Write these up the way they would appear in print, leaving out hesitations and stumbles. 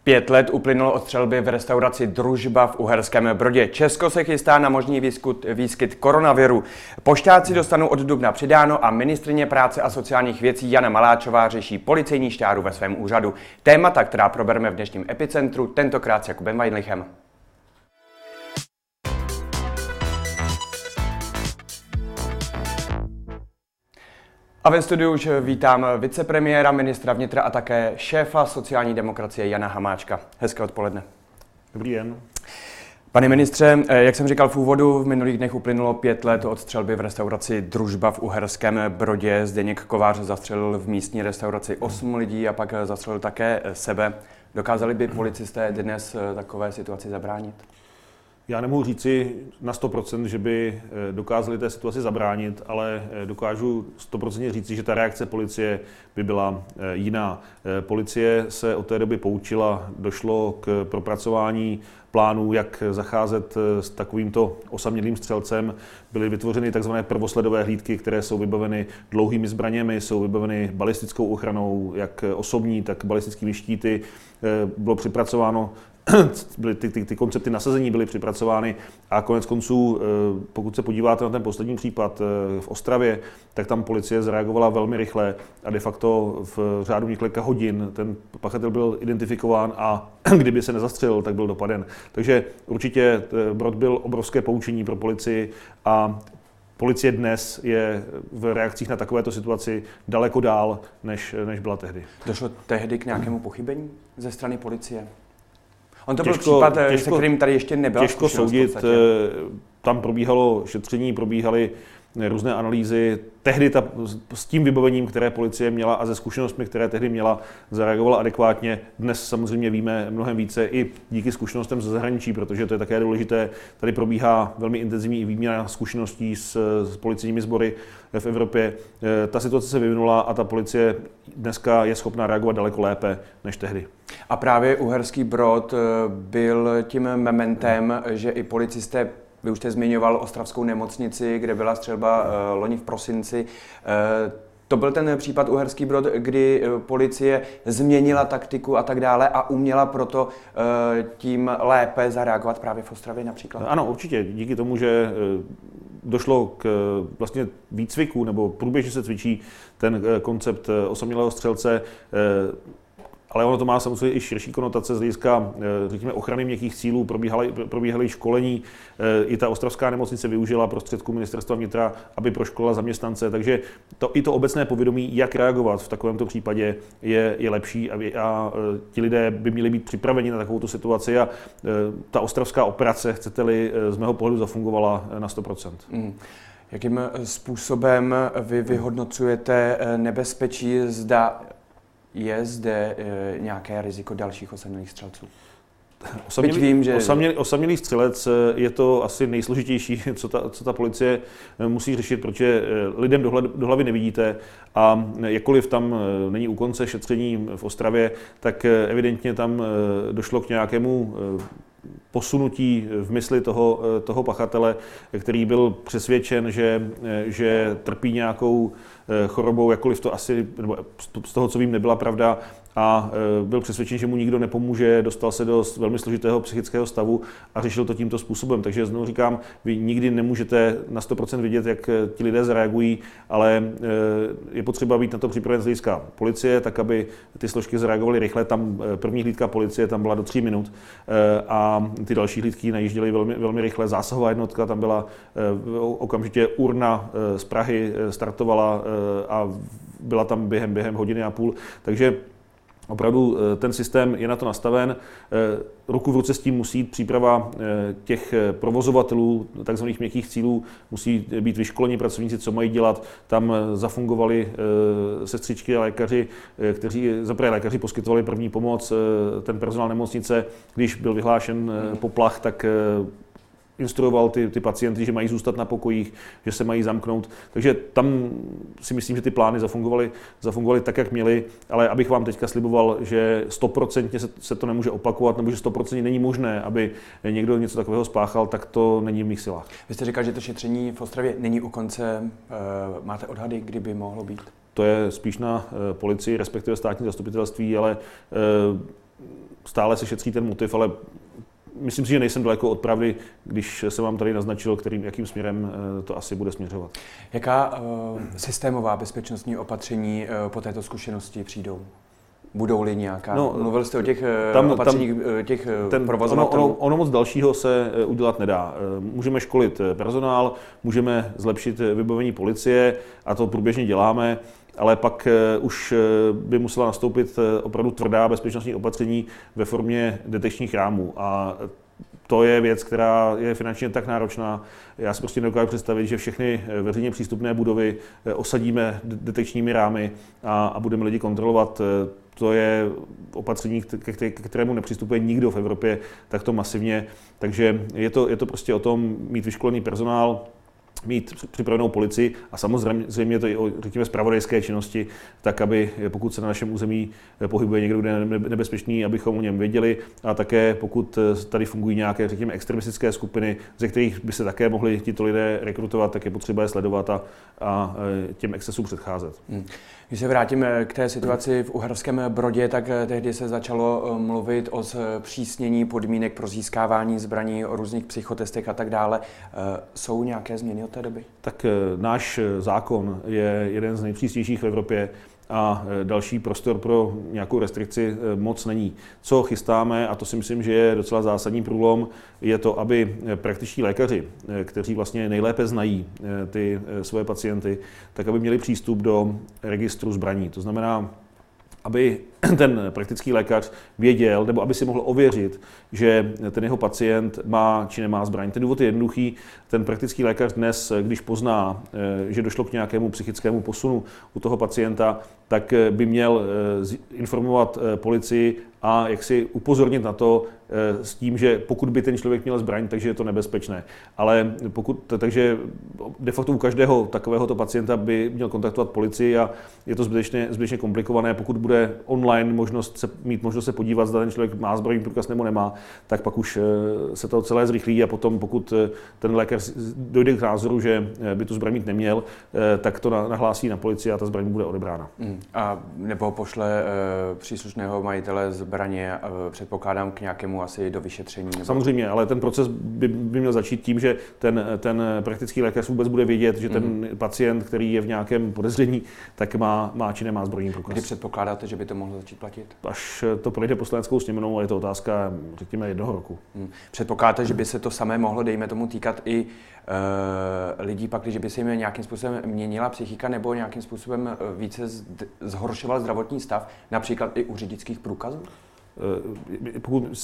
5 let uplynulo od střelby v restauraci Družba v Uherském Brodě. Česko se chystá na možný výskyt koronaviru. Pošťáci dostanou od dubna přidáno a ministryně práce a sociálních věcí Jana Maláčová řeší policejní šťáru ve svém úřadu. Témata, která probereme v dnešním epicentru, tentokrát s Jakubem Weidlichem. A ve studiu už vítám vicepremiéra, ministra vnitra a také šéfa sociální demokracie Jana Hamáčka. Hezké odpoledne. Dobrý den. Pane ministře, jak jsem říkal v úvodu, v minulých dnech uplynulo 5 let od střelby v restauraci Družba v Uherském Brodě. Zdeněk Kovář zastřelil v místní restauraci 8 lidí a pak zastřelil také sebe. Dokázali by policisté dnes takové situaci zabránit? Já nemohu říci na 100%, že by dokázali té situaci zabránit, ale dokážu 100% říci, že ta reakce policie by byla jiná. Policie se od té doby poučila, došlo k propracování plánů, jak zacházet s takovýmto osamělým střelcem. Byly vytvořeny tzv. Prvosledové hlídky, které jsou vybaveny dlouhými zbraněmi, jsou vybaveny balistickou ochranou, jak osobní, tak balistickými štíty. Bylo připracováno, ty koncepty nasazení byly připracovány a konec konců, pokud se podíváte na ten poslední případ v Ostravě, tak tam policie zareagovala velmi rychle a de facto v řádu několika hodin ten pachatel byl identifikován a kdyby se nezastřelil, tak byl dopaden. Takže určitě Brod byl obrovské poučení pro policii a policie dnes je v reakcích na takovéto situaci daleko dál, než byla tehdy. Došlo tehdy k nějakému pochybení ze strany policie? On to byl případ, se kterým tady ještě nebyla těžko soudit, tam probíhalo šetření, probíhaly různé analýzy. Tehdy s tím vybavením, které policie měla a se zkušenostmi, které tehdy měla, zareagovala adekvátně. Dnes samozřejmě víme mnohem více i díky zkušenostem ze zahraničí, protože to je také důležité. Tady probíhá velmi intenzivní výměna zkušeností s policejními sbory v Evropě. Ta situace se vyvinula a ta policie dneska je schopná reagovat daleko lépe než tehdy. A právě Uherský Brod byl tím mementem, že i policisté, vy už jste zmiňoval ostravskou nemocnici, kde byla střelba loni v prosinci. To byl ten případ Uherský Brod, kdy policie změnila taktiku a tak dále a uměla proto tím lépe zareagovat právě v Ostravě například? Ano, určitě. Díky tomu, že došlo k vlastně výcviku, nebo průběžně se cvičí ten koncept osamělého střelce, ale ono to má samozřejmě i širší konotace z hlediska, řekněme, ochrany měkkých cílů, probíhaly školení, i ta ostravská nemocnice využila prostředků ministerstva vnitra, aby proškolila zaměstnance, takže i to obecné povědomí, jak reagovat v takovémto případě, je lepší a ti lidé by měli být připraveni na takovouto situaci a ta ostravská operace, chcete-li, z mého pohledu zafungovala na 100%. Jakým způsobem vy vyhodnocujete nebezpečí, zda je zde nějaké riziko dalších osamělých střelců? Osamělý střelec je to asi nejsložitější, co ta policie musí řešit, protože lidem do hlavy nevidíte a jakkoliv tam není u konce šetření v Ostravě, tak evidentně tam došlo k nějakému posunutí v mysli toho pachatele, který byl přesvědčen, že trpí nějakou chorobou, jakkoliv to asi, nebo z toho, co vím, nebyla pravda, a byl přesvědčen, že mu nikdo nepomůže, dostal se do velmi složitého psychického stavu a řešil to tímto způsobem. Takže znovu říkám, vy nikdy nemůžete na 100% vidět, jak ti lidé zareagují, ale je potřeba být na to připraven z hlediska policie, tak aby ty složky zareagovaly rychle. Tam první hlídka policie tam byla do 3 minut a ty další hlídky najížděly velmi, velmi rychle. Zásahová jednotka tam byla okamžitě, urna z Prahy startovala a byla tam během hodiny a půl. Takže opravdu ten systém je na to nastaven. Ruku v ruce s tím musí jít příprava těch provozovatelů, takzvaných měkkých cílů, musí být vyškolení pracovníci, co mají dělat. Tam zafungovali sestřičky a lékaři, kteří zaprvé lékaři poskytovali první pomoc. Ten personál nemocnice, když byl vyhlášen poplach, tak instruoval ty pacienty, že mají zůstat na pokojích, že se mají zamknout. Takže tam si myslím, že ty plány zafungovaly tak, jak měly, ale abych vám teďka sliboval, že 100% se to nemůže opakovat, nebo že 100% není možné, aby někdo něco takového spáchal, tak to není v mých silách. Vy jste říkal, že to šetření v Ostravě není u konce. Máte odhady, kdyby mohlo být? To je spíš na policii, respektive státní zastupitelství, ale stále se šetří ten motiv, ale myslím si, že nejsem daleko od pravdy, když jsem vám tady naznačil, jakým směrem to asi bude směřovat. Jaká systémová bezpečnostní opatření po této zkušenosti přijdou? Budou-li nějaká? Mluvil jste o těch opatřeních těch provozovatelů? Ono moc dalšího se udělat nedá. Můžeme školit personál, můžeme zlepšit vybavení policie a to průběžně děláme, ale pak už by musela nastoupit opravdu tvrdá bezpečnostní opatření ve formě detekčních rámů. A to je věc, která je finančně tak náročná. Já si prostě nedokážu představit, že všechny veřejně přístupné budovy osadíme detekčními rámy a budeme lidi kontrolovat. To je opatření, ke kterému nepřistupuje nikdo v Evropě takto masivně. Takže je to prostě o tom mít vyškolený personál, mít připravenou policii a samozřejmě to i o, řekněme, zpravodajské činnosti, tak aby pokud se na našem území pohybuje někdo, kde je nebezpečný, abychom o něm věděli, a také pokud tady fungují nějaké, řekněme, extremistické skupiny, ze kterých by se také mohli tito lidé rekrutovat, tak je potřeba je sledovat a těm excesům předcházet. Když se vrátíme k té situaci v Uherském Brodě, tak tehdy se začalo mluvit o zpřísnění podmínek pro získávání zbraní, o různých psychotestech a tak dále. Jsou nějaké změny od té doby? Tak náš zákon je jeden z nejpřísnějších v Evropě a další prostor pro nějakou restrikci moc není. Co chystáme, a to si myslím, že je docela zásadní průlom, je to, aby praktičtí lékaři, kteří vlastně nejlépe znají ty svoje pacienty, tak aby měli přístup do registru zbraní. To znamená, aby ten praktický lékař věděl, nebo aby si mohl ověřit, že ten jeho pacient má či nemá zbraň. Ten důvod je jednoduchý. Ten praktický lékař dnes, když pozná, že došlo k nějakému psychickému posunu u toho pacienta, tak by měl informovat policii a jak si upozornit na to s tím, že pokud by ten člověk měl zbraň, takže je to nebezpečné. Ale takže de facto u každého takovéhoto pacienta by měl kontaktovat policii a je to zbytečně komplikované. Pokud bude online mít možnost se podívat, zda ten člověk má zbrojní průkaz nebo nemá, tak pak už se to celé zrychlí a potom, pokud ten lékař dojde k názoru, že by tu zbraň mít neměl, tak to nahlásí na policii a ta zbraň bude odebrána. A nebo pošle příslušného majitele zbraně, předpokládám, k nějakému asi do vyšetření. Nebo... Samozřejmě, ale ten proces by měl začít tím, že ten praktický lékař vůbec bude vědět, že ten pacient, který je v nějakém podezření, tak má či nemá zbrojní průkaz. Kdy předpokládáte, že by to mohlo začít platit? Až to projde Poslaneckou sněmovnou, a je to otázka, řekněme, 1 roku. Předpokládáte, že by se to samé mohlo, dejme tomu, týkat i lidí pak, když by se jim nějakým způsobem měnila psychika nebo nějakým způsobem více zhoršoval zdravotní stav, například i u řidičských průkazů? Pokud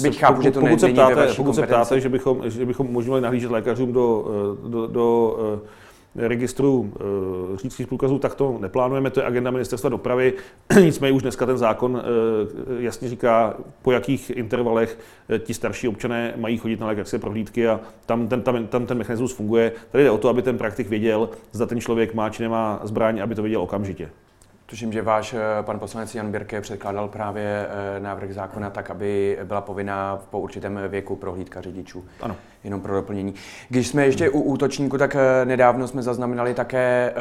se ptáte, že bychom umožnili nahlížet lékařům do registru řidičských průkazů, tak to neplánujeme, to je agenda Ministerstva dopravy. Nicméně už dneska ten zákon jasně říká, po jakých intervalech ti starší občané mají chodit na lékařské prohlídky a tam ten mechanismus funguje. Tady jde o to, aby ten praktik věděl, zda ten člověk má či nemá zbraň, aby to věděl okamžitě. Tuším, že váš pan poslanec Jan Birke předkládal právě návrh zákona tak, aby byla povinná po určitém věku prohlídka řidičů. Ano. Jenom pro doplnění. Když jsme ještě u útočníku, tak nedávno jsme zaznamenali také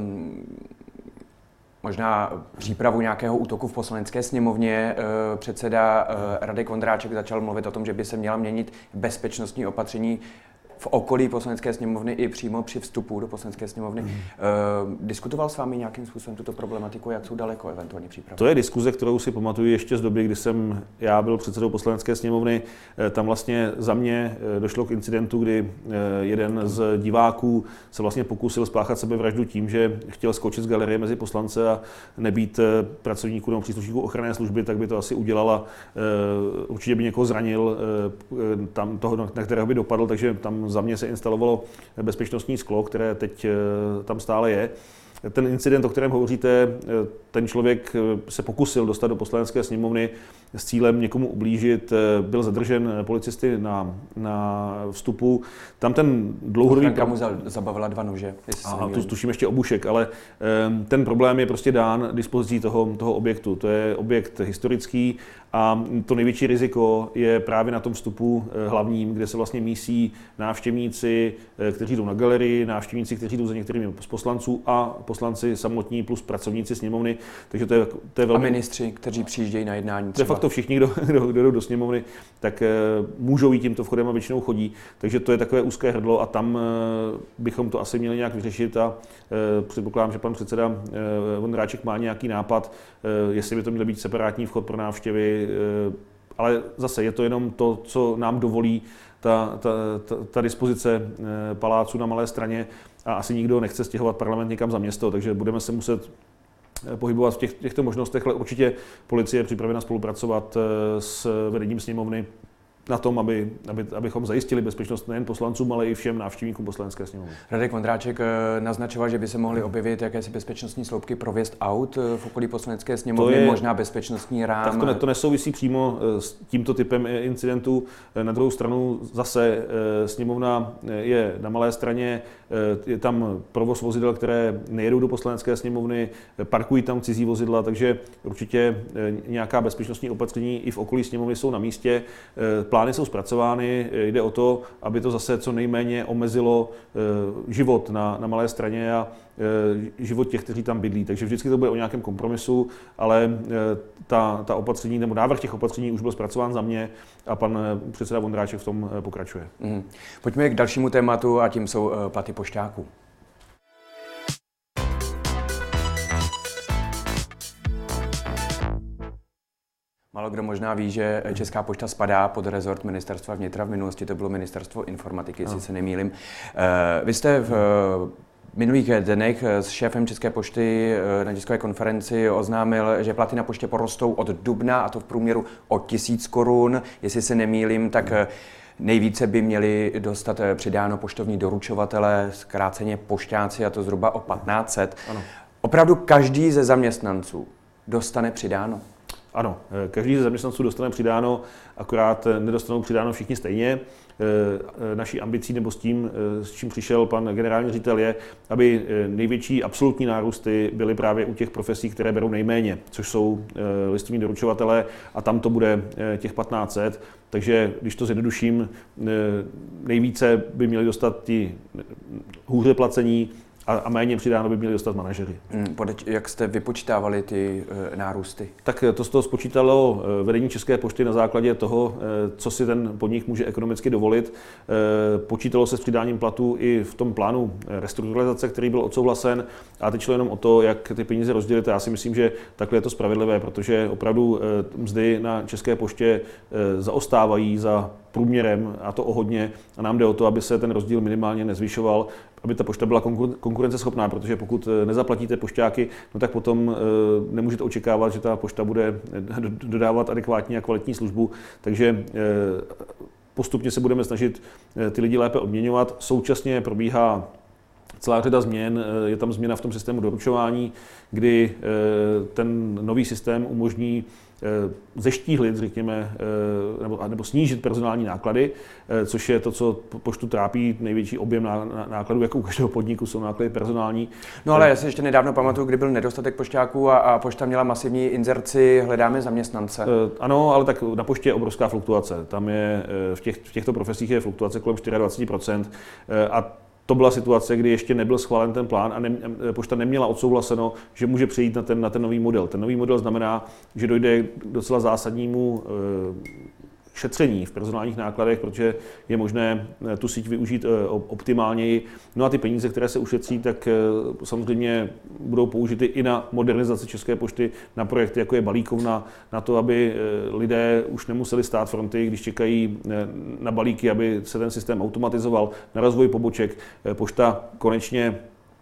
možná přípravu nějakého útoku v Poslanecké sněmovně. Předseda Radek Vondráček začal mluvit o tom, že by se měla měnit bezpečnostní opatření v okolí Poslanecké sněmovny i přímo při vstupu do Poslanecké sněmovny. Diskutoval s vámi nějakým způsobem tuto problematiku, jak jsou daleko eventuálně přípravy? To je diskuze, kterou si pamatuju ještě z doby, kdy jsem já byl předsedou Poslanecké sněmovny. Tam vlastně za mě došlo k incidentu, kdy jeden z diváků se vlastně pokusil spáchat sebevraždu tím, že chtěl skočit z galerie mezi poslance a nebýt pracovníků nebo příslušníků ochranné služby, tak by to asi udělala. Určitě by někoho zranil, tam toho, na kterého by dopadl, takže tam za mě se instalovalo bezpečnostní sklo, které teď tam stále je. Ten incident, o kterém hovoříte, ten člověk se pokusil dostat do Poslanecké sněmovny s cílem někomu ublížit, byl zadržen policisty na vstupu. Tam ten dlouhodobý... Ochranka mu zabavila 2 nože. A tu tuším ještě obušek, ale ten problém je prostě dán dispozicí toho objektu. To je objekt historický a to největší riziko je právě na tom vstupu hlavním, kde se vlastně mísí návštěvníci, kteří jdou na galerii, návštěvníci, kteří jdou za některými z poslanců a poslanci samotní plus pracovníci sněmovny. Takže to je velmi... A ministři, kteří přijíždějí na jednání. De facto všichni, kdo jdou do sněmovny, tak můžou jít tímto vchodem a většinou chodí. Takže to je takové úzké hrdlo a tam bychom to asi měli nějak vyřešit a předpokládám, že pan předseda Vondráček má nějaký nápad, jestli by to měl být separátní vchod pro návštěvy, ale zase je to jenom to, co nám dovolí ta dispozice palácu na Malé Straně a asi nikdo nechce stěhovat parlament někam za město, takže budeme se muset pohybovat v těchto možnostech, ale určitě policie je připravena spolupracovat s vedením sněmovny na tom, abychom zajistili bezpečnost nejen poslancům, ale i všem návštěvníkům Poslanecké sněmovny. Radek Vondráček naznačoval, že by se mohly objevit jakési bezpečnostní sloupky pro vjezd aut v okolí Poslanecké sněmovny, možná bezpečnostní rám. Tak to nesouvisí přímo s tímto typem incidentů. Na druhou stranu zase sněmovna je na Malé Straně, je tam provoz vozidel, které nejedou do Poslanecké sněmovny, parkují tam cizí vozidla, takže určitě nějaká bezpečnostní opatření i v okolí sněmovny jsou na místě. Plány jsou zpracovány, jde o to, aby to zase co nejméně omezilo život na Malé Straně a život těch, kteří tam bydlí. Takže vždycky to bude o nějakém kompromisu, ale ta opatření, nebo návrh těch opatření už byl zpracován za mě a pan předseda Vondráček v tom pokračuje. Pojďme k dalšímu tématu a tím jsou platy pošťáků. Málo kdo možná ví, že Česká pošta spadá pod rezort Ministerstva vnitra. V minulosti to bylo Ministerstvo informatiky, jestli se nemýlím. Vy jste v minulých dnech s šéfem České pošty na tiskové konferenci oznámil, že platy na poště porostou od dubna, a to v průměru o 1000 korun. Jestli se nemýlím, tak nejvíce by měli dostat přidáno poštovní doručovatelé, zkráceně pošťáci, a to zhruba o 1500. Ano. Opravdu každý ze zaměstnanců dostane přidáno? Ano, každý ze zaměstnanců dostane přidáno, akorát nedostanou přidáno všichni stejně. Naší ambicí nebo s tím, s čím přišel pan generální ředitel, je, aby největší absolutní nárůsty byly právě u těch profesí, které berou nejméně, což jsou listovní doručovatelé, a tam to bude těch 1500. Takže když to zjednoduším, nejvíce by měli dostat ti hůře placení, a méně přidáno by měli dostat manažeři. Jak jste vypočítávali ty nárůsty? Tak to z toho spočítalo vedení České pošty na základě toho, co si ten podnik může ekonomicky dovolit. Počítalo se s přidáním platů i v tom plánu restrukturalizace, který byl odsouhlasen, a teď šlo jenom o to, jak ty peníze rozdělit. Já si myslím, že takhle je to spravedlivé, protože opravdu mzdy na České poště zaostávají za průměrem, a to o hodně, a nám jde o to, aby se ten rozdíl minimálně nezvyšoval, aby ta pošta byla konkurenceschopná, protože pokud nezaplatíte pošťáky, no tak potom nemůžete očekávat, že ta pošta bude dodávat adekvátní a kvalitní službu. Takže postupně se budeme snažit ty lidi lépe odměňovat. Současně probíhá celá řada změn. Je tam změna v tom systému doručování, kdy ten nový systém umožní zeštíhlit, řekněme, nebo snížit personální náklady, což je to, co poštu trápí. Největší objem nákladů, jako u každého podniku, jsou náklady personální. No ale já si ještě nedávno pamatuju, kdy byl nedostatek pošťáků a pošta měla masivní inzerci hledáme zaměstnance. Ano, ale tak na poště je obrovská fluktuace. Tam je v těchto profesích je fluktuace kolem 24%, a to byla situace, kdy ještě nebyl schválen ten plán a pošta neměla odsouhlaseno, že může přejít na ten nový model. Ten nový model znamená, že dojde k docela zásadnímu šetření v personálních nákladech, protože je možné tu síť využít optimálněji. No a ty peníze, které se ušetří, tak samozřejmě budou použity i na modernizaci České pošty, na projekty, jako je balíkovna, na to, aby lidé už nemuseli stát fronty, když čekají na balíky, aby se ten systém automatizoval, na rozvoj poboček. Pošta konečně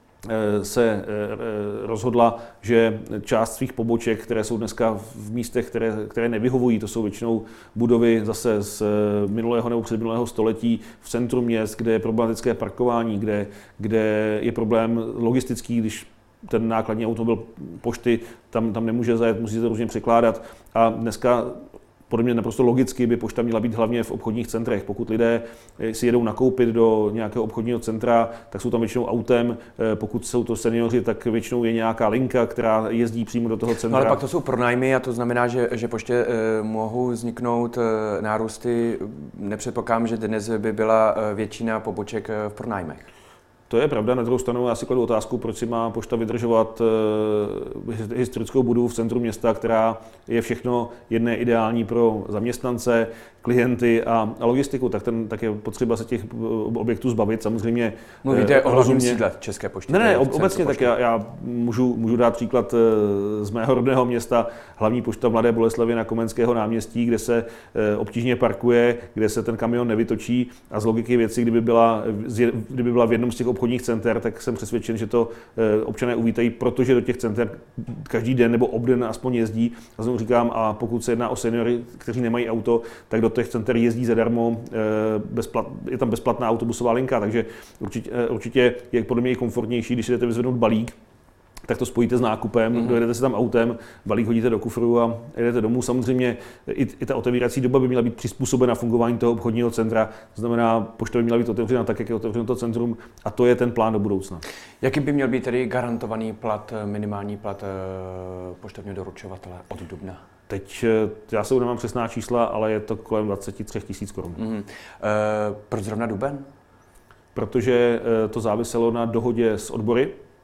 se rozhodla, že část svých poboček, které jsou dneska v místech, které nevyhovují, to jsou většinou budovy zase z minulého nebo předminulého století v centru měst, kde je problematické parkování, kde je problém logistický, když ten nákladní automobil pošty tam nemůže zajet, musí se to různě překládat. A dneska podle mě naprosto logicky by pošta měla být hlavně v obchodních centrech. Pokud lidé si jedou nakoupit do nějakého obchodního centra, tak jsou tam většinou autem. Pokud jsou to seniori, tak většinou je nějaká linka, která jezdí přímo do toho centra. No, ale pak to jsou pronájmy a to znamená, že poště mohou vzniknout nárůsty. Nepředpokládám, že dnes by byla většina poboček v pronájmech. To je pravda, na druhou stranu já si kladu otázku, proč si má pošta vydržovat historickou budovu v centru města, která je všechno jedné ideální pro zaměstnance, klienty a logistiku, tak je potřeba se těch objektů zbavit. Samozřejmě. Mluvíte o hlavním sídle České pošty? Ne, obecně tak já můžu dát příklad z mého rodného města, hlavní pošta v Mladé Boleslavi na Komenského náměstí, kde se obtížně parkuje, kde se ten kamion nevytočí a z logiky věci, kdyby byla v jednom z těch obchodních center, tak jsem přesvědčen, že to občané uvítají, protože do těch center každý den nebo obden aspoň jezdí. A znovu říkám, a pokud se jedná o seniory, kteří nemají auto, tak do těch center jezdí zadarmo, je tam bezplatná autobusová linka, takže určitě je podle mě i komfortnější, když si jdete vyzvednout balík, tak to spojíte s nákupem, dojedete si tam autem, balík hodíte do kufru a jedete domů. Samozřejmě i ta otevírací doba by měla být přizpůsobena fungování toho obchodního centra, to znamená, pošta by měla být otevřena tak, jak je otevřeno to centrum a to je ten plán do budoucna. Jaký by měl být tedy garantovaný plat, minimální plat poštovního doručovatele od dubna? Teď já se nemám přesná čísla, ale je to kolem 23 000 korun. Proč zrovna duben? Protože to záviselo na dohodě s odbory.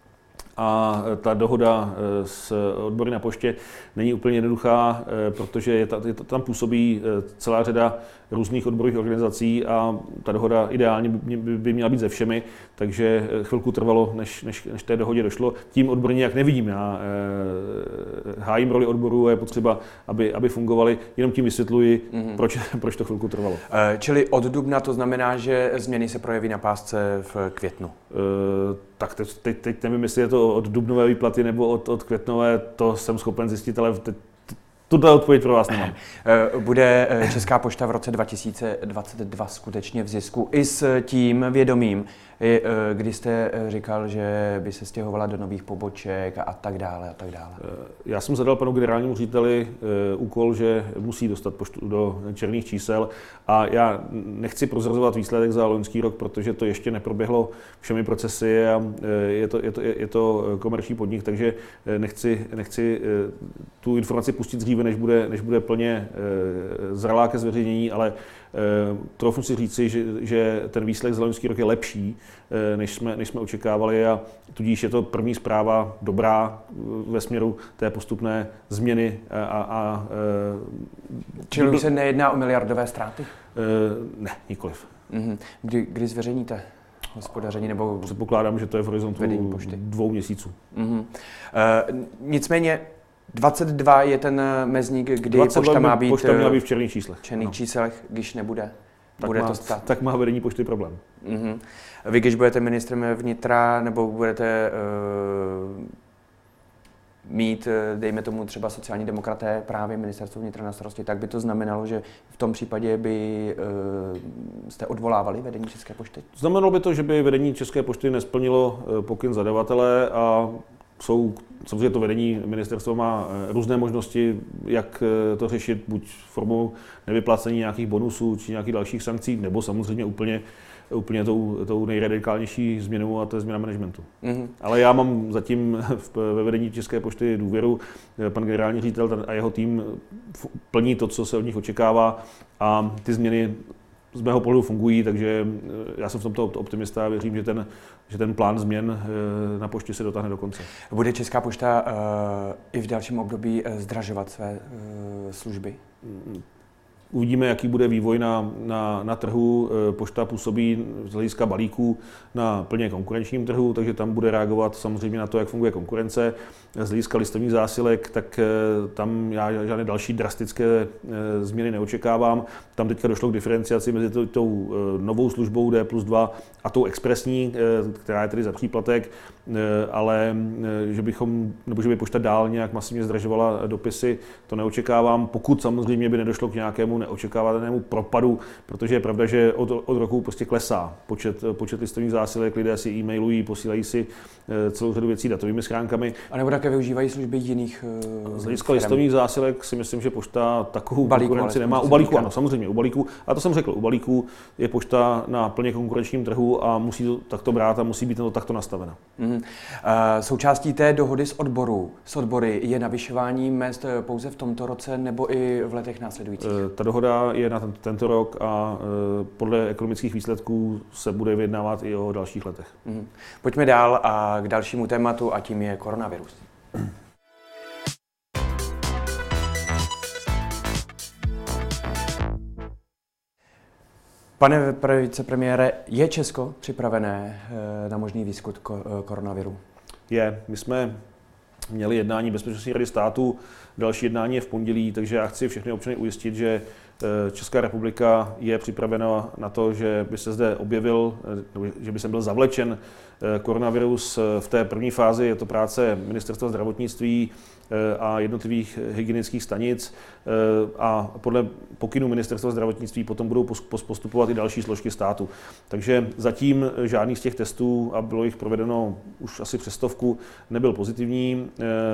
A ta dohoda s odbory na poště není úplně jednoduchá, protože tam působí celá řada různých odborových organizací a ta dohoda ideálně by měla být se všemi, takže chvilku trvalo, než té dohodě došlo. Tím odbory nějak nevidím. Já hájím roli odborů a je potřeba, aby fungovaly. Jenom tím vysvětluji, proč to chvilku trvalo. Čili od dubna to znamená, že změny se projeví na pásce v květnu? Tak teď nevím, jestli je to od dubnové výplaty nebo od květnové, to jsem schopen zjistit, ale tuto odpověď pro vás nemám. Bude Česká pošta v roce 2022 skutečně v zisku i s tím vědomím, kdy jste říkal, že by se stěhovala do nových poboček a tak dále a tak dále? Já jsem zadal panu generálnímu řediteli úkol, že musí dostat poštu do černých čísel a já nechci prozrazovat výsledek za loňský rok, protože to ještě neproběhlo všemi procesy a je to komerční podnik, takže nechci tu informaci pustit dříve, než bude plně zralá ke zveřejnění, ale troufnu si říci, že ten výsledek za loňský rok je lepší, než jsme očekávali a tudíž je to první zpráva dobrá ve směru té postupné změny. Čili už se nejedná o miliardové ztráty? Ne, nikoliv. Kdy zveřejníte hospodaření nebo... Předpokládám, že to je v horizontu 2 měsíců. Nicméně 22 je ten mezník, kdy pošta má být... Pošta měla být v černých číslech. V černých číslech, když nebude. Bude to stát. Tak má vedení pošty problém. Vy, když budete ministrem vnitra, nebo budete mít, dejme tomu třeba sociální demokraté, právě ministerstvo vnitra na starosti, tak by to znamenalo, že v tom případě by jste odvolávali vedení České pošty? Znamenalo by to, že by vedení České pošty nesplnilo pokyn zadavatele a samozřejmě to vedení ministerstva má různé možnosti, jak to řešit, buď formou nevyplácení nějakých bonusů či nějakých dalších sankcí, nebo samozřejmě úplně tou nejradikálnější změnou, a to je změna managementu. Ale já mám zatím ve vedení České pošty důvěru. Pan generální ředitel a jeho tým plní to, co se od nich očekává a ty změny z mého pohledu fungují, takže já jsem v tomto optimista a věřím, že ten plán změn na poště se dotáhne do konce. Bude Česká pošta i v dalším období zdražovat své služby? Uvidíme, jaký bude vývoj na trhu. Pošta působí z hlediska balíků na plně konkurenčním trhu, takže tam bude reagovat samozřejmě na to, jak funguje konkurence. Z hlediska listovních zásilek, tak tam já žádné další drastické změny neočekávám. Tam teďka došlo k diferenciaci mezi tou novou službou D+2 a tou expresní, která je tedy za příplatek, ale že by pošta dál nějak masivně zdražovala dopisy, to neočekávám, pokud samozřejmě by nedošlo k nějakému nějakému neočekávanému propadu, protože je pravda, že od roku prostě klesá počet listovních zásilek, lidé si e-mailují, posílají si celou řadu věcí datovými schránkami. A nebo také využívají služby jiných z hlediska listovních zásilek si myslím, že pošta takovou konkurenci nemá. U balíku ano, samozřejmě, u balíku, a to jsem řekl, u balíku je pošta na plně konkurenčním trhu a musí to takto brát a musí být to takto nastavena. Součástí té dohody s odbory je navyšování mezd pouze v tomto roce nebo i v letech následujících? Ta dohoda je na tento rok a podle ekonomických výsledků se bude vyjednávat i o dalších letech. Pojďme dál a k dalšímu tématu a tím je koronavirus. Pane vicepremiére, je Česko připravené na možný výskyt koronaviru? My jsme měli jednání Bezpečnostní rady státu, další jednání je v pondělí, takže já chci všechny občany ujistit, že Česká republika je připravena na to, že by se zde objevil, že by se byl zavlečen koronavirus v té první fázi. Je to práce Ministerstva zdravotnictví a jednotlivých hygienických stanic a podle pokynů Ministerstva zdravotnictví potom budou postupovat i další složky státu. Takže zatím žádný z těch testů, a bylo jich provedeno už asi přes 100, nebyl pozitivní.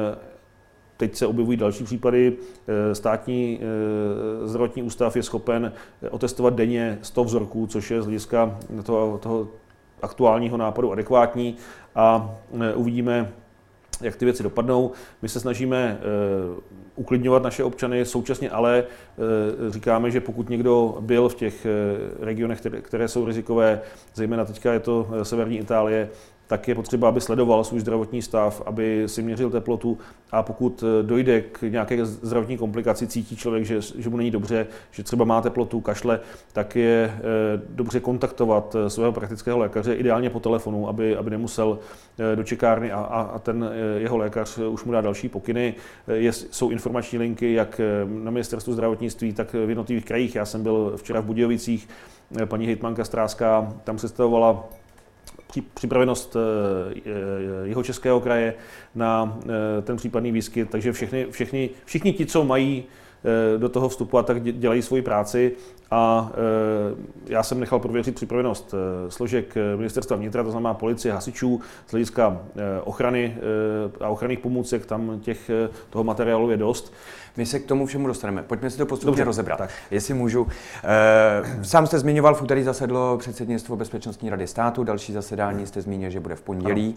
Teď se objevují další případy. Státní zdravotní ústav je schopen otestovat denně 100 vzorků, což je z hlediska toho aktuálního nápadu adekvátní a uvidíme, jak ty věci dopadnou. My se snažíme uklidňovat naše občany, současně ale říkáme, že pokud někdo byl v těch regionech, které jsou rizikové, zejména teďka je to severní Itálie, tak je potřeba, aby sledoval svůj zdravotní stav, aby si měřil teplotu a pokud dojde k nějaké zdravotní komplikaci, cítí člověk, že mu není dobře, že třeba má teplotu, kašle, tak je dobře kontaktovat svého praktického lékaře, ideálně po telefonu, aby nemusel do čekárny a ten jeho lékař už mu dá další pokyny. Jsou informační linky jak na Ministerstvu zdravotnictví, tak v jednotlivých krajích. Já jsem byl včera v Budějovicích, paní hejtmanka Stráská tam představovala připravenost Jihočeského kraje na ten případný výskyt, takže všichni ti, co mají do toho vstupovat, tak dělají svoji práci a já jsem nechal prověřit připravenost složek Ministerstva vnitra, to znamená policie, hasičů, z hlediska ochrany a ochranných pomůcek, tam toho materiálu je dost. My se k tomu všemu dostaneme. Pojďme si to postupně rozebrat, tak. Jestli můžu. Sám jste zmiňoval, v úterý zasedlo předsednictvo Bezpečnostní rady státu, další zasedání jste zmínil, že bude v pondělí.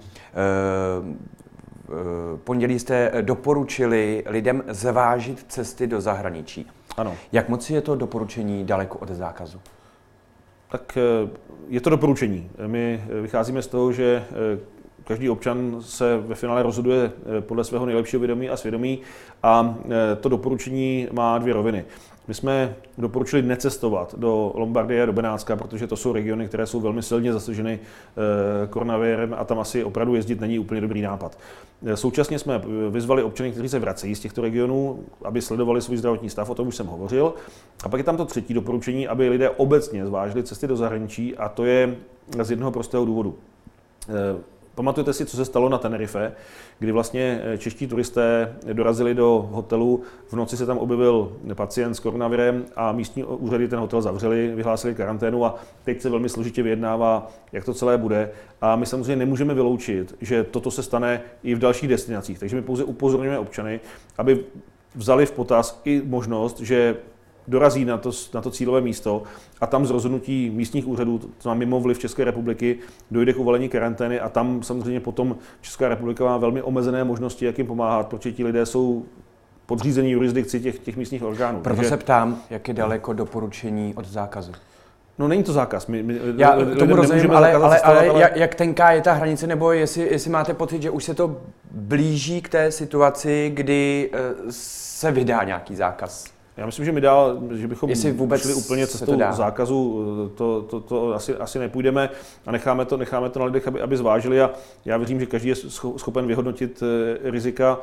Pondělí jste doporučili lidem zvážit cesty do zahraničí. Ano. Jak moc je to doporučení daleko od zákazu? Tak je to doporučení. My vycházíme z toho, že každý občan se ve finále rozhoduje podle svého nejlepšího vědomí a svědomí a to doporučení má dvě roviny. My jsme doporučili necestovat do Lombardie a do Benátska, protože to jsou regiony, které jsou velmi silně zasaženy koronavirem a tam asi opravdu jezdit není úplně dobrý nápad. Současně jsme vyzvali občany, kteří se vracejí z těchto regionů, aby sledovali svůj zdravotní stav, o tom už jsem hovořil. A pak je tam to třetí doporučení, aby lidé obecně zvážili cesty do zahraničí a to je z jednoho prostého důvodu. Pamatujete si, co se stalo na Tenerife, kdy vlastně čeští turisté dorazili do hotelu, v noci se tam objevil pacient s koronavirem a místní úřady ten hotel zavřeli, vyhlásili karanténu a teď se velmi složitě vyjednává, jak to celé bude. A my samozřejmě nemůžeme vyloučit, že toto se stane i v dalších destinacích. Takže my pouze upozorňujeme občany, aby vzali v potaz i možnost, že dorazí na to cílové místo a tam z rozhodnutí místních úřadů, to má mimo vliv České republiky, dojde k uvalení karantény a tam samozřejmě potom Česká republika má velmi omezené možnosti, jak jim pomáhat, protože ti lidé jsou podřízení jurisdikci těch místních orgánů. Proto se ptám, jak je daleko doporučení od zákazu. No není to zákaz. Já tomu rozumím, ale jak tenká je ta hranice, nebo jestli máte pocit, že už se to blíží k té situaci, kdy se vydá nějaký zákaz? Já myslím, že bychom šli úplně cestou zákazu, to asi nepůjdeme a necháme to na lidech, aby zvážili a já věřím, že každý je schopen vyhodnotit rizika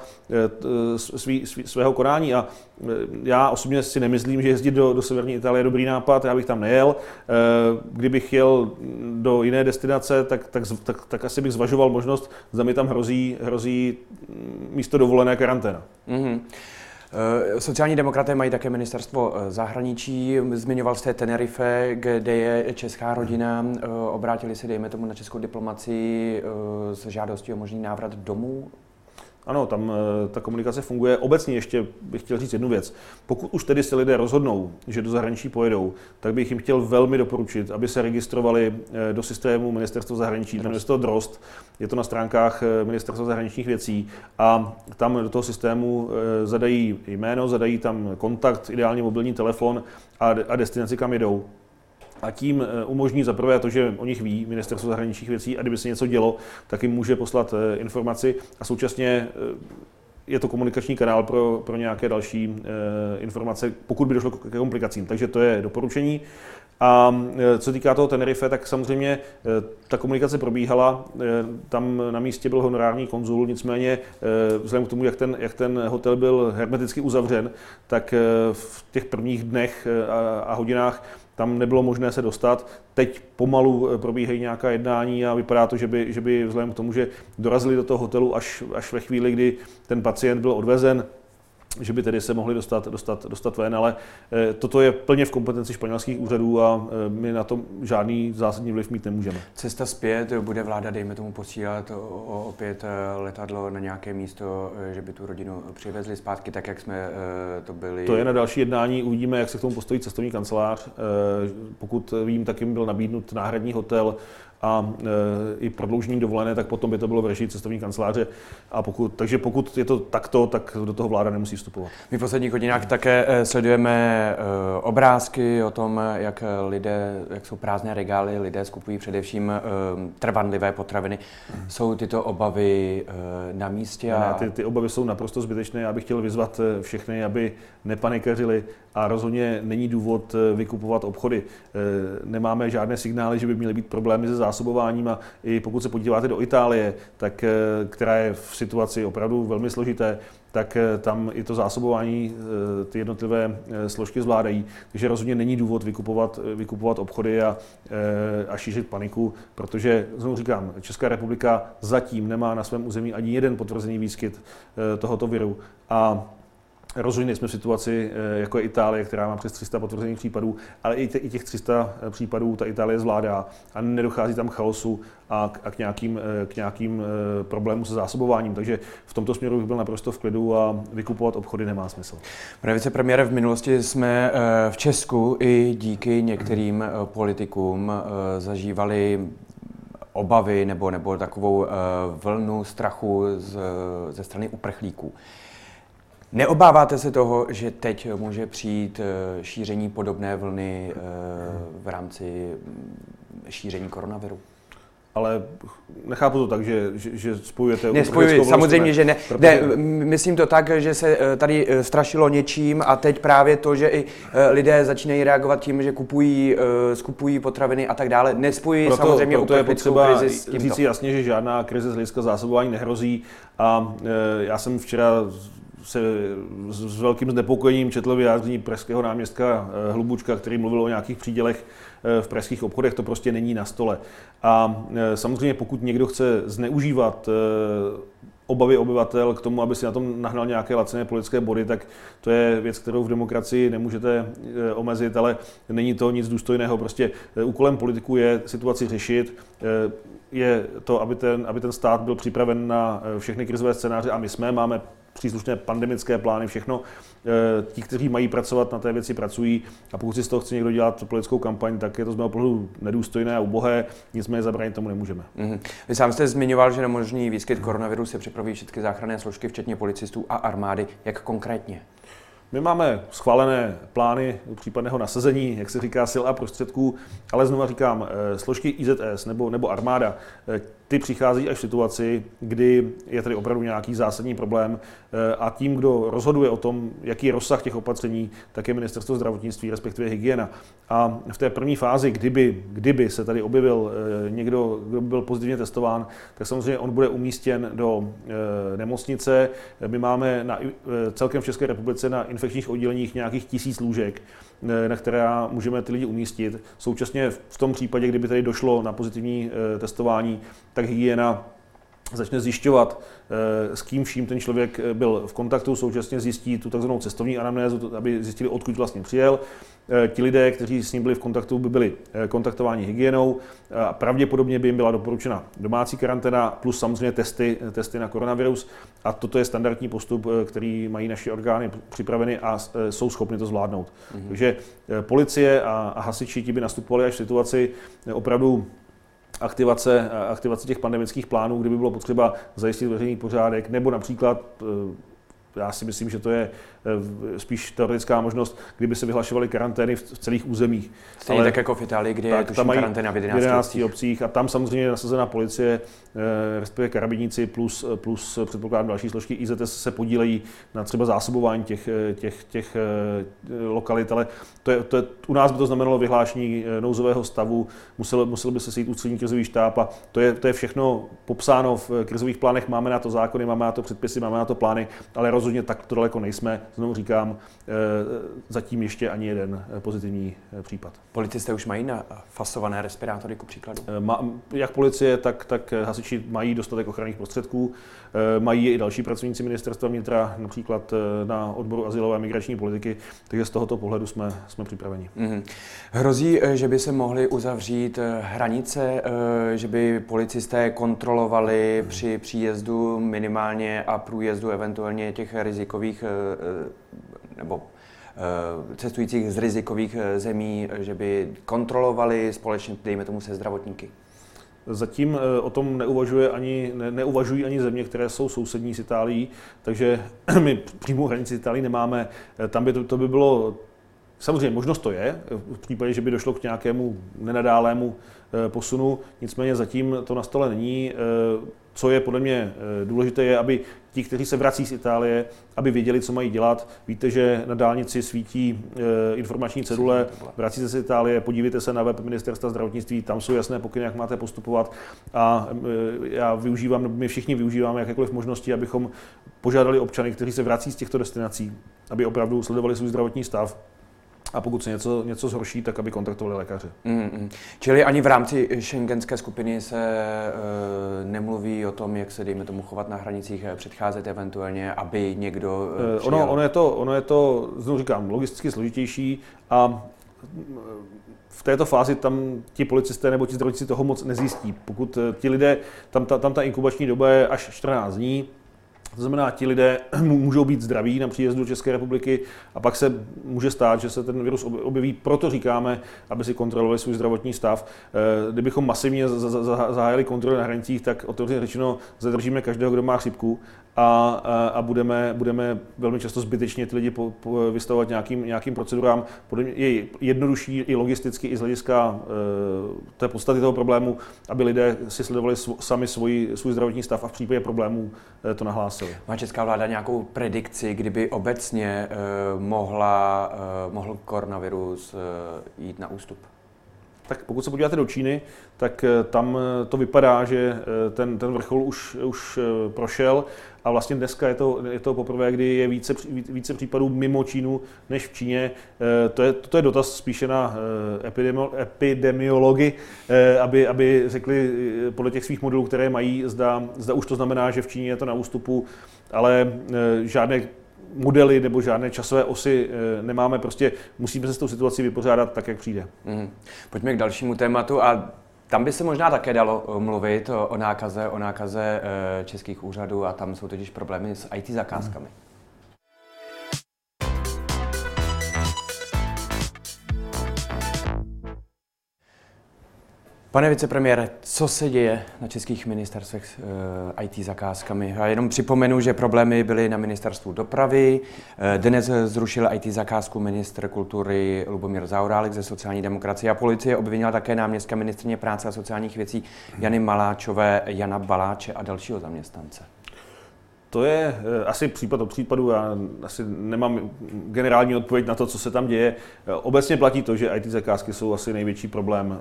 svého konání a já osobně si nemyslím, že jezdit do severní Itálie je dobrý nápad, já bych tam nejel. Kdybych jel do jiné destinace, tak asi bych zvažoval možnost, zda mi tam hrozí místo dovolené karanténa. Mm-hmm. Sociální demokraté mají také ministerstvo zahraničí. Zmiňoval jste Tenerife, kde je česká rodina. Obrátili se, dejme tomu, na českou diplomacii s žádostí o možný návrat domů? Ano, tam ta komunikace funguje. Obecně ještě bych chtěl říct jednu věc. Pokud už tedy se lidé rozhodnou, že do zahraničí pojedou, tak bych jim chtěl velmi doporučit, aby se registrovali do systému Ministerstva zahraničí. Jmenuje se to DROST, je to na stránkách Ministerstva zahraničních věcí a tam do toho systému zadají jméno, zadají tam kontakt, ideálně mobilní telefon a destinaci, kam jedou. A tím umožní zaprvé to, že o nich ví Ministerstvo zahraničních věcí a kdyby se něco dělo, tak jim může poslat informaci a současně je to komunikační kanál pro nějaké další informace, pokud by došlo k komplikacím. Takže to je doporučení. A co týká toho Tenerife, tak samozřejmě ta komunikace probíhala, tam na místě byl honorární konzul, nicméně vzhledem k tomu, jak ten hotel byl hermeticky uzavřen, tak v těch prvních dnech a hodinách tam nebylo možné se dostat. Teď pomalu probíhají nějaká jednání a vypadá to, že by vzhledem k tomu, že dorazili do toho hotelu až ve chvíli, kdy ten pacient byl odvezen, že by tedy se mohli dostat ven, ale toto je plně v kompetenci španělských úřadů a my na tom žádný zásadní vliv mít nemůžeme. Cesta zpět, bude vláda, dejme tomu, posílat opět letadlo na nějaké místo, že by tu rodinu přivezli zpátky, tak jak jsme to byli? To je na další jednání, uvidíme, jak se k tomu postojí cestovní kancelář. Pokud vím, tak jim byl nabídnut náhradní hotel a i prodloužení dovolené, tak potom by to bylo v režii cestovní kanceláře. Takže pokud je to takto, tak do toho vláda nemusí vstupovat. My v posledních hodinách také sledujeme obrázky o tom, jak jsou prázdné regály, lidé skupují především trvanlivé potraviny. Jsou tyto obavy na místě? Ne, ty obavy jsou naprosto zbytečné. Já bych chtěl vyzvat všechny, aby nepanikařili a rozhodně není důvod vykupovat obchody. Nemáme žádné signály, že by měly být problémy se zásobováním a i pokud se podíváte do Itálie, tak, která je v situaci opravdu velmi složité, tak tam i to zásobování ty jednotlivé složky zvládají. Takže rozhodně není důvod vykupovat obchody a šířit paniku, protože, znovu říkám, Česká republika zatím nemá na svém území ani jeden potvrzený výskyt tohoto viru a rozhodně jsme v situaci, jako je Itálie, která má přes 300 potvrzených případů, ale i těch 300 případů ta Itálie zvládá a nedochází tam k chaosu a k nějakým problémům se zásobováním. Takže v tomto směru bych byl naprosto v klidu a vykupovat obchody nemá smysl. Pane vicepremiére, v minulosti jsme v Česku i díky některým politikům zažívali obavy nebo takovou vlnu strachu ze strany uprchlíků. Neobáváte se toho, že teď může přijít šíření podobné vlny v rámci šíření koronaviru? Ale nechápu to tak, že spojujete... Nespojuji, samozřejmě, že ne. Protože... ne. Myslím to tak, že se tady strašilo něčím a teď právě to, že i lidé začínají reagovat tím, že skupují potraviny a tak dále. Nespojuji samozřejmě uprchlickou krizi s tímto. Říci jasně, že žádná krize z hlediska zásobování nehrozí a já jsem včera se s velkým znepokojením četl vyjádření pražského náměstka Hlubučka, který mluvil o nějakých přídělech v pražských obchodech, to prostě není na stole. A samozřejmě pokud někdo chce zneužívat obavy obyvatel k tomu, aby si na tom nahnal nějaké laciné politické body, tak to je věc, kterou v demokracii nemůžete omezit, ale není to nic důstojného. Prostě úkolem politiků je situaci řešit, je to, aby ten stát byl připraven na všechny krizové scénáře a my máme příslušné pandemické plány, všechno. Ti, kteří mají pracovat na té věci, pracují a pokud si z toho chce někdo dělat politickou kampaň, tak je to z mého pohledu nedůstojné a ubohé, nicméně zabránit tomu nemůžeme. Vy sám jste zmiňoval, že na možný výskyt koronaviru se připraví všechny záchranné složky, včetně policistů a armády. Jak konkrétně? My máme schválené plány případného nasazení, jak se říká, sil a prostředků, ale znovu říkám, složky IZS nebo armáda, ty přichází až v situaci, kdy je tady opravdu nějaký zásadní problém a tím, kdo rozhoduje o tom, jaký je rozsah těch opatření, tak je Ministerstvo zdravotnictví, respektive hygiena. A v té první fázi, kdyby se tady objevil někdo, kdo by byl pozitivně testován, tak samozřejmě on bude umístěn do nemocnice. My máme celkem v České republice na infekčních odděleních nějakých 1000 lůžek, na která můžeme ty lidi umístit. Současně v tom případě, kdyby tady došlo na pozitivní testování, tak hygiena začne zjišťovat, s kým vším ten člověk byl v kontaktu, současně zjistí tu takzvanou cestovní anamnézu, aby zjistili, odkud vlastně přijel. Ti lidé, kteří s ním byli v kontaktu, by byli kontaktováni hygienou a pravděpodobně by jim byla doporučena domácí karanténa plus samozřejmě testy na koronavirus. A toto je standardní postup, který mají naše orgány připraveny a jsou schopni to zvládnout. Takže policie a hasiči ti by nastupovali až v situaci opravdu aktivace těch pandemických plánů, kdyby bylo potřeba zajistit veřejný pořádek, nebo například, já si myslím, že to je spíš teoretická možnost, kdyby se vyhlašovaly karantény v celých územích. Stejně tak jako v Itálii, kde je tuším karanténa v 11 obcích a tam samozřejmě je nasazená policie, respektive karabinici plus předpokládám další složky IZS se podílejí na třeba zásobování těch lokalit, ale u nás by to znamenalo vyhlášení nouzového stavu, musel by se sejít ústřední krizový štáb a to je všechno popsáno v krizových plánech, máme na to zákony, máme na to předpisy, máme na to plány, ale rozhodně takto daleko nejsme. Znovu říkám, zatím ještě ani jeden pozitivní případ. Policisté už mají nafasované respirátory, ku příkladu? Jak policie, tak hasiči mají dostatek ochranných prostředků. Mají i další pracovníci ministerstva vnitra, například na odboru azylové a migrační politiky, takže z tohoto pohledu jsme připraveni. Hrozí, že by se mohly uzavřít hranice, že by policisté kontrolovali při příjezdu minimálně a průjezdu eventuálně těch rizikových nebo cestujících z rizikových zemí, že by kontrolovali společně, dejme tomu, se zdravotníky? Zatím o tom neuvažují ani země, které jsou sousední s Itálií, takže my přímou hranici Itálii nemáme. Tam by to by bylo, samozřejmě možnost to je, v případě, že by došlo k nějakému nenadálému posunu, nicméně zatím to na stole není. Co je podle mě důležité, je, aby ti, kteří se vrací z Itálie, aby věděli, co mají dělat. Víte, že na dálnici svítí informační cedule, vracíte se z Itálie, podívejte se na web Ministerstva zdravotnictví, tam jsou jasné pokyny, jak máte postupovat. A my všichni využíváme jakékoliv možnosti, abychom požádali občany, kteří se vrací z těchto destinací, aby opravdu sledovali svůj zdravotní stav. A pokud se něco zhorší, tak aby kontaktovali lékaře. Čili ani v rámci schengenské skupiny se nemluví o tom, jak se, dejme tomu, chovat na hranicích, předcházet eventuálně, aby někdo přijel. Ono je to, znovu říkám, logisticky složitější a v této fázi tam ti policisté nebo ti zdravotníci toho moc nezjistí. Pokud ti lidé, tam ta inkubační doba je až 14 dní, to znamená, ti lidé můžou být zdraví na příjezdu do České republiky a pak se může stát, že se ten virus objeví. Proto říkáme, aby si kontrolovali svůj zdravotní stav. Kdybychom masivně zahájili kontroly na hranicích, tak otevřeně řečeno zadržíme každého, kdo má chřipku a budeme velmi často zbytečně ty lidi vystavovat nějakým procedurám. Podle mě je jednodušší i logisticky, i z hlediska té podstaty toho problému, aby lidé si sledovali sami svůj zdravotní stav a v případě problémů to nahlásili. Má česká vláda nějakou predikci, kdyby obecně mohl koronavirus jít na ústup? Tak pokud se podíváte do Číny, tak tam to vypadá, že ten vrchol už prošel a vlastně dneska je to poprvé, kdy je více případů mimo Čínu než v Číně. To je dotaz spíše na epidemiology, aby řekli podle těch svých modelů, které mají, zda už to znamená, že v Číně je to na ústupu, ale žádné modely nebo žádné časové osy nemáme, prostě musíme se s tou situací vypořádat tak, jak přijde. Pojďme k dalšímu tématu a tam by se možná také dalo mluvit o nákaze českých úřadů a tam jsou totiž problémy s IT zakázkami. Pane vicepremiére, co se děje na českých ministerstvech s IT zakázkami? Já jenom připomenu, že problémy byly na ministerstvu dopravy. Dnes zrušil IT zakázku ministr kultury Lubomír Zaorálek ze sociální demokracie a policie obvinila také náměstka ministryně práce a sociálních věcí Jany Maláčové, Jana Baláče a dalšího zaměstnance. To je asi případ od případu, já asi nemám generální odpověď na to, co se tam děje. Obecně platí to, že IT zakázky jsou asi největší problém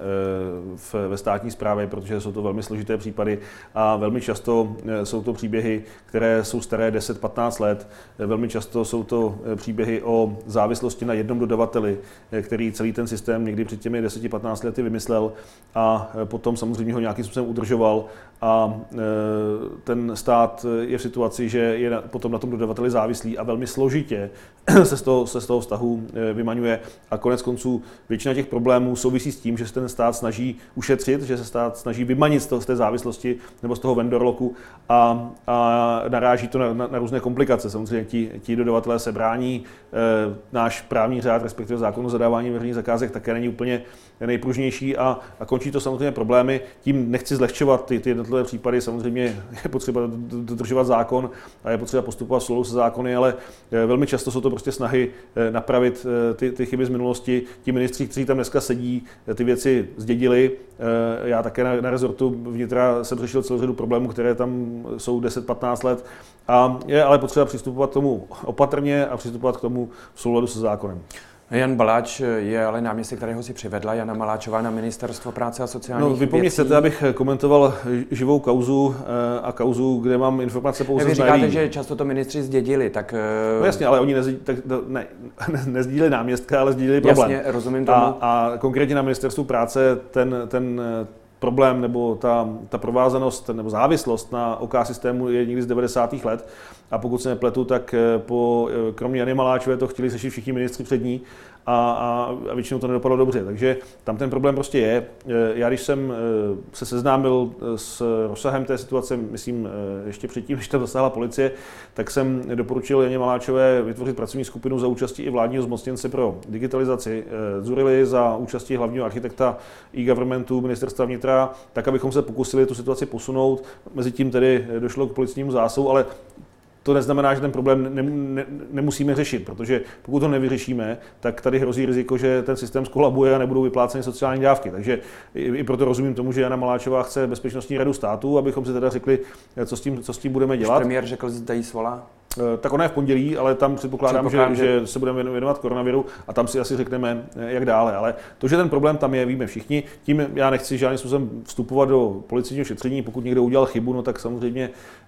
ve státní správě, protože jsou to velmi složité případy a velmi často jsou to příběhy, které jsou staré 10-15 let. Velmi často jsou to příběhy o závislosti na jednom dodavateli, který celý ten systém někdy před těmi 10-15 lety vymyslel a potom samozřejmě ho nějakým způsobem udržoval a ten stát je v situaci, že je potom na tom dodavateli závislý a velmi složitě se z toho vztahu vymaňuje. A konec konců většina těch problémů souvisí s tím, že se ten stát snaží ušetřit, že se stát snaží vymanit z té závislosti nebo z toho vendor locku a naráží to na různé komplikace. Samozřejmě ti dodavatelé se brání. Náš právní řád, respektive zákon o zadávání veřejných zakázek, také není úplně nejpružnější a končí to samozřejmě problémy. Tím nechci zlehčovat ty jednotlivé případy, samozřejmě je potřeba dodržovat zákon a je potřeba postupovat v souladu se zákony, ale velmi často jsou to prostě snahy napravit ty chyby z minulosti. Ti ministři, kteří tam dneska sedí, ty věci zdědili. Já také na rezortu vnitra jsem řešil celou řadu problémů, které tam jsou 10-15 let a je ale potřeba přistupovat k tomu opatrně a přistupovat k tomu v souladu se zákonem. Jan Baláč je ale náměstek, kterého si přivedla Jana Maláčová na Ministerstvo práce a sociálních věcí. Vy po mně chcete, abych komentoval živou kauzu a kauzu, kde mám informace pouze z médií. Vy říkáte, že často to ministři zdědili, tak... No jasně, ale oni nezdíleli náměstka, ale zdíleli problém. Jasně, rozumím tomu. A konkrétně na Ministerstvu práce ten problém nebo ta provázanost nebo závislost na OK systému je někdy z 90. let a pokud se nepletu, tak kromě Jany Maláčové to chtěli řešit všichni ministři před ní a většinou to nedopadlo dobře. Takže tam ten problém prostě je. Já když jsem se seznámil s rozsahem té situace, myslím ještě předtím, než tam zasáhla policie, tak jsem doporučil Janě Maláčové vytvořit pracovní skupinu za účastí i vládního zmocněnce pro digitalizaci Dzurily, za účastí hlavního architekta e-governmentu Ministerstva vnitra, tak abychom se pokusili tu situaci posunout. Mezitím tedy došlo k policejnímu zásahu, ale to neznamená, že ten problém nemusíme řešit, protože pokud to nevyřešíme, tak tady hrozí riziko, že ten systém skolabuje a nebudou vypláceny sociální dávky. Takže i proto rozumím tomu, že Jana Maláčová chce Bezpečnostní radu státu, abychom si teda řekli, co s tím budeme dělat. Už premiér řekl, že tady svolá? Tak ona je v pondělí, ale tam předpokládám, že se budeme věnovat koronaviru a tam si asi řekneme, jak dále. Ale to, že ten problém tam je, víme všichni. Tím já nechci žádným způsobem vstupovat do policejního šetření. Pokud někdo udělal chybu, no tak samozřejmě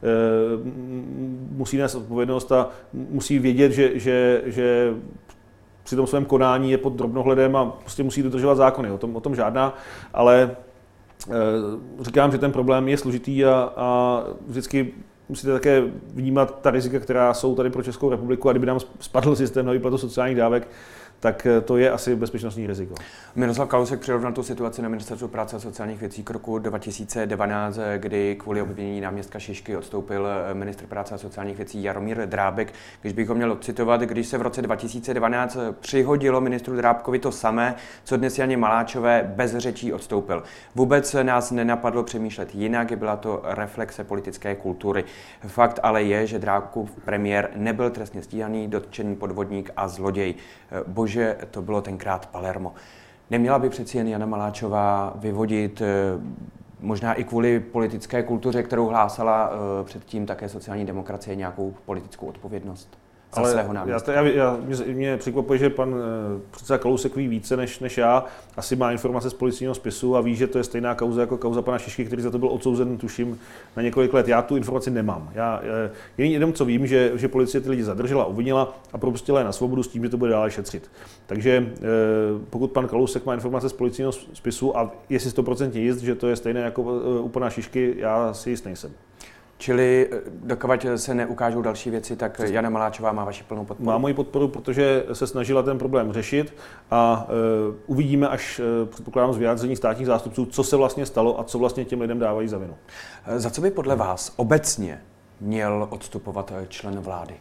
musí nést odpovědnost a musí vědět, že při tom svém konání je pod drobnohledem a prostě musí dodržovat zákony. O tom žádná, ale říkám, že ten problém je složitý a vždycky musíte také vnímat ta rizika, která jsou tady pro Českou republiku a kdyby nám spadl systém na výplatu sociálních dávek, tak to je asi bezpečnostní riziko. Miroslav Kalousek přirovnal tu situaci na Ministerstvu práce a sociálních věcí k roku 2019, kdy kvůli obvinění náměstka Šišky odstoupil ministr práce a sociálních věcí Jaromír Drábek. Když bych ho měl odcitovat, když se v roce 2012 přihodilo ministru Drábkovi to samé, co dnes Janě Maláčové, bez řečí odstoupil. Vůbec nás nenapadlo přemýšlet jinak, byla to reflexe politické kultury. Fakt ale je, že Drábkův premiér nebyl trestně stíhaný, dotčený podvodník a zloděj. Bože, to bylo tenkrát Palermo. Neměla by přeci jen Jana Maláčová vyvodit možná i kvůli politické kultuře, kterou hlásala předtím také sociální demokracie, nějakou politickou odpovědnost za svého náměstka? Mě překvapuje, že pan předseda Kalousek ví více než já. Asi má informace z policijního spisu a ví, že to je stejná kauza jako kauza pana Šišky, který za to byl odsouzen, tuším, na několik let. Já tu informaci nemám. Jenom co vím, že policie ty lidi zadržela, obvinila a propustila je na svobodu s tím, že to bude dále šetřit. Takže pokud pan Kalousek má informace z policijního spisu a je si 100% jist, že to je stejné jako u pana Šišky, já si jist nejsem. Čili dokud se neukážou další věci, tak Jana Maláčová má vaši plnou podporu? Má moji podporu, protože se snažila ten problém řešit a uvidíme, až předpokládám z vyjádření státních zástupců, co se vlastně stalo a co vlastně těm lidem dávají za vinu. Za co by podle vás obecně měl odstupovat člen vlády?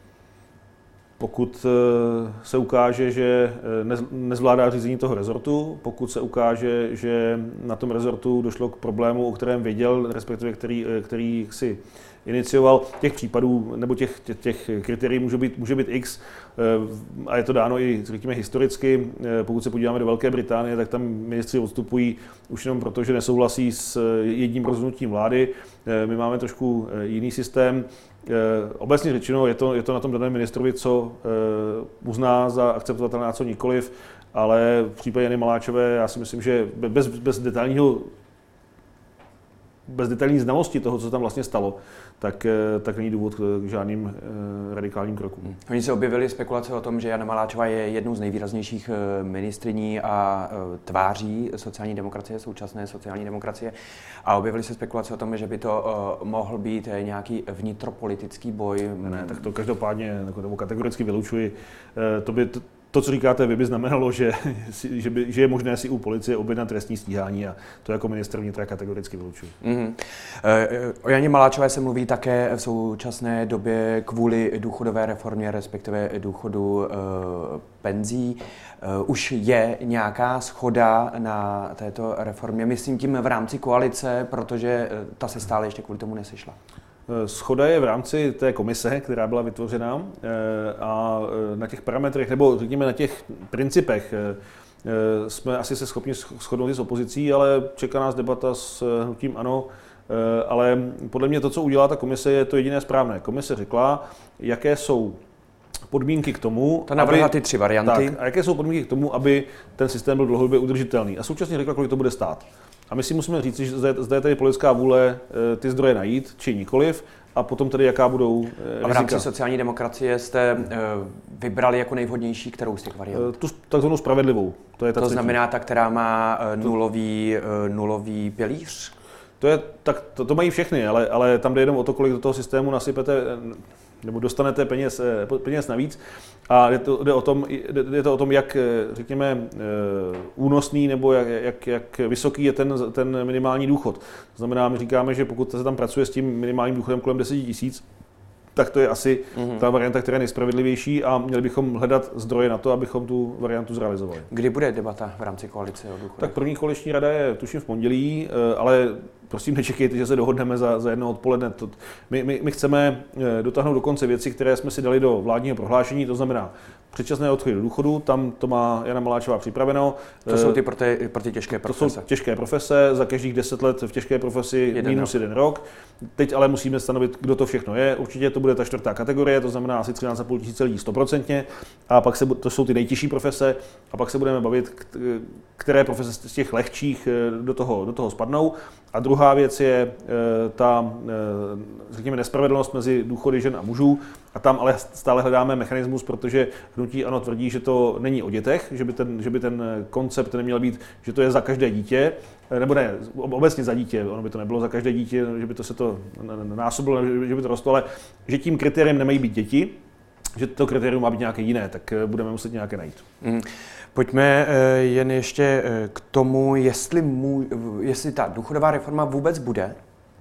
Pokud se ukáže, že nezvládá řízení toho rezortu, pokud se ukáže, že na tom rezortu došlo k problému, o kterém věděl, respektive který si inicioval, těch případů nebo těch kritérií může být X a je to dáno i, řekněme, historicky. Pokud se podíváme do Velké Británie, tak tam ministři odstupují už jenom proto, že nesouhlasí s jedním rozhodnutím vlády. My máme trošku jiný systém. Obecně řečeno, je to na tom daném ministrovi, co uzná za akceptovatelné a co nikoliv, ale v případě Jany Maláčové já si myslím, že bez detailní znalosti toho, co tam vlastně stalo, tak není důvod k žádným radikálním krokům. Oni se objevily spekulace o tom, že Jana Maláčová je jednou z nejvýraznějších ministryní a tváří sociální demokracie, současné sociální demokracie. A objevily se spekulace o tom, že by to mohl být nějaký vnitropolitický boj. Ne, tak to každopádně nebo kategoricky vylučuji. To, co říkáte vy, by znamenalo, že je možné si u policie objednat trestní stíhání a to jako ministr vnitra kategoricky vylučuji. O Janě Maláčové se mluví také v současné době kvůli důchodové reformě, respektive důchodu penzí. Už je nějaká shoda na této reformě, myslím tím v rámci koalice, protože ta se stále ještě kvůli tomu nesešla. Shoda je v rámci té komise, která byla vytvořena a na těch parametrech, nebo řekněme na těch principech jsme asi se schopni shodnout i s opozicí, ale čeká nás debata s hnutím ANO, ale podle mě to, co udělá ta komise, je to jediné správné. Komise řekla, jaké jsou podmínky k tomu, to navrhla ty 3 varianty. Tak, a jaké jsou podmínky k tomu, aby ten systém byl dlouhodobě udržitelný. A současně řekla, kolik to bude stát. A my si musíme říct, že zde je tady politická vůle ty zdroje najít, či nikoliv, a potom tedy jaká budou rizika. A v rámci sociální demokracie jste vybrali jako nejvhodnější kterou z těch variant? Tu takzvanou spravedlivou. To znamená ta, která má nulový pilíř? To mají všechny, ale tam jde jenom o to, kolik do toho systému nasypete nebo dostanete peněz navíc. A jde to o tom, jak, řekněme, únosný nebo jak vysoký je ten minimální důchod. To znamená, my říkáme, že pokud se tam pracuje s tím minimálním důchodem kolem 10 000, tak to je asi ta varianta, která je nejspravedlivější a měli bychom hledat zdroje na to, abychom tu variantu zrealizovali. Kdy bude debata v rámci koalice o důchodech? Tak první koaliční rada je tuším v pondělí, ale prosím nečekejte, že se dohodneme za jedno odpoledne. My chceme dotáhnout do konce věci, které jsme si dali do vládního prohlášení, to znamená předčasné odchody do důchodu, tam to má Jana Maláčová připraveno. To jsou ty pro ty těžké profese. To jsou těžké profese, za každých 10 let v těžké profesi minus 1 rok. Teď ale musíme stanovit, kdo to všechno je. Určitě to bude ta 4. kategorie, to znamená asi 13,5 tisíce lidí 100%, a pak to jsou ty nejtěžší profese, a pak se budeme bavit, které profese z těch lehčích do toho spadnou. A druhá věc je ta, řekněme, nespravedlnost mezi důchody žen a mužů. A tam ale stále hledáme mechanismus, protože hnutí ANO tvrdí, že to není o dětech, že by ten koncept neměl být, že to je za každé dítě, nebo ne, obecně za dítě, ono by to nebylo za každé dítě, že by to se to násobilo, že by to rostlo, ale že tím kritériem nemají být děti, že to kritérium má být nějaké jiné, tak budeme muset nějaké najít. Pojďme jen ještě k tomu, jestli ta důchodová reforma vůbec bude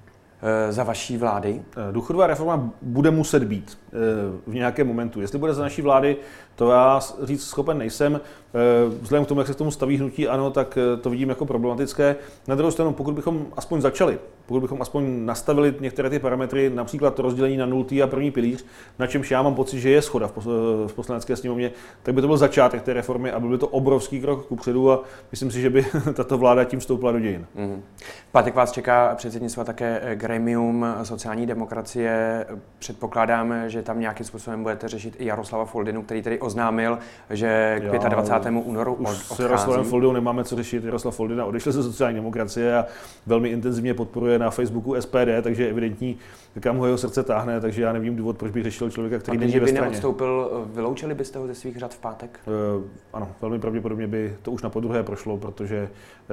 za vaší vlády? Důchodová reforma bude muset být v nějakém momentu. Jestli bude za naší vlády, to já říct schopen nejsem. Vzhledem k tomu, jak se k tomu staví hnutí ANO, tak to vidím jako problematické. Na druhou stranu, pokud bychom aspoň začali, pokud bychom aspoň nastavili některé ty parametry, například to rozdělení na 0. a 1. pilíř, na čemž já mám pocit, že je shoda v Poslanecké sněmovně, tak by to byl začátek té reformy a byl by to obrovský krok kupředu a myslím si, že by tato vláda tím vstoupila do dějin. V pátek vás čeká předsednictva také grémium sociální demokracie. Předpokládám, že tam nějakým způsobem budete řešit i Jaroslava Foldynu, který tedy oznámil, že k 25. únoru odchází. S Jaroslavem Foldynou nemáme co řešit. Jaroslav Foldyna odešel ze sociální demokracie a velmi intenzivně podporuje na Facebooku SPD, takže je evidentní, kam ho jeho srdce táhne, takže já nevím důvod, proč bych řešil člověka, který není ve straně. Kdyby neodstoupil, vyloučili byste ho ze svých řad v pátek? Ano, velmi pravděpodobně by to už na podruhé prošlo, protože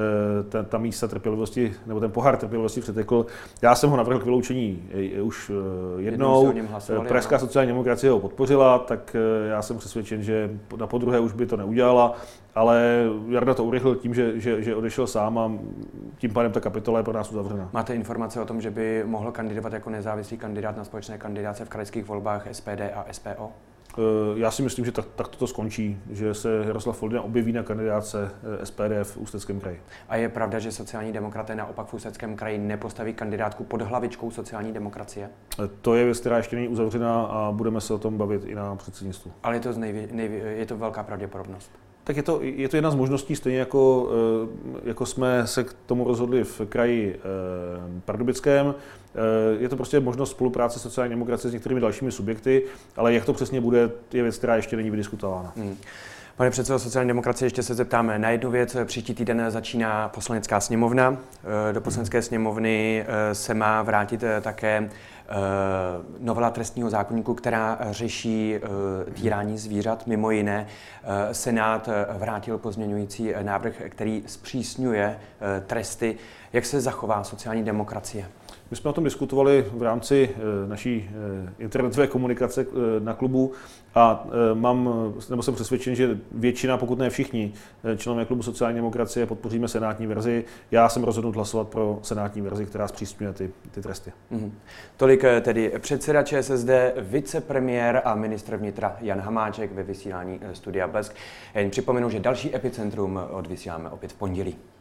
ta místa trpělivosti, nebo ten pohár trpělivosti přetekl. Já jsem ho navrhl k vyloučení už jednou. Pražská sociální demokracie ho podpořila, tak já jsem přesvědčen, že na podruhé už by to neudělala, ale Jarda to urychlil tím, že odešel sám a tím pádem ta kapitola je pro nás uzavřena. Máte informace o tom, že by mohl kandidovat jako nezávislý kandidát na společné kandidáce v krajských volbách SPD a SPO? Já si myslím, že tak to skončí, že se Jaroslav Foldyna objeví na kandidáce SPD v Ústeckém kraji. A je pravda, že sociální demokraté naopak v Ústeckém kraji nepostaví kandidátku pod hlavičkou sociální demokracie? To je věc, která ještě není uzavřená a budeme se o tom bavit i na předsednictvu. Ale je to velká pravděpodobnost. Tak je to jedna z možností, stejně jako jsme se k tomu rozhodli v kraji Pardubickém. Je to prostě možnost spolupráce sociální demokracie s některými dalšími subjekty, ale jak to přesně bude, je věc, která ještě není vydiskutována. Pane předsedo sociální demokracie, ještě se zeptáme na jednu věc. Příští týden začíná Poslanecká sněmovna. Do Poslanecké sněmovny se má vrátit také novela trestního zákoníku, která řeší týrání zvířat. Mimo jiné Senát vrátil pozměňující návrh, který zpřísňuje tresty. Jak se zachová sociální demokracie? My jsme o tom diskutovali v rámci naší internetové komunikace na klubu a jsem přesvědčen, že většina, pokud ne všichni členové klubu sociální demokracie podpoříme senátní verzi. Já jsem rozhodnut hlasovat pro senátní verzi, která zpřísňuje ty tresty. Tolik tedy předseda ČSSD, vicepremiér a ministr vnitra Jan Hamáček ve vysílání Studia Blesk. Já jen připomenu, že další Epicentrum odvysíláme opět v pondělí.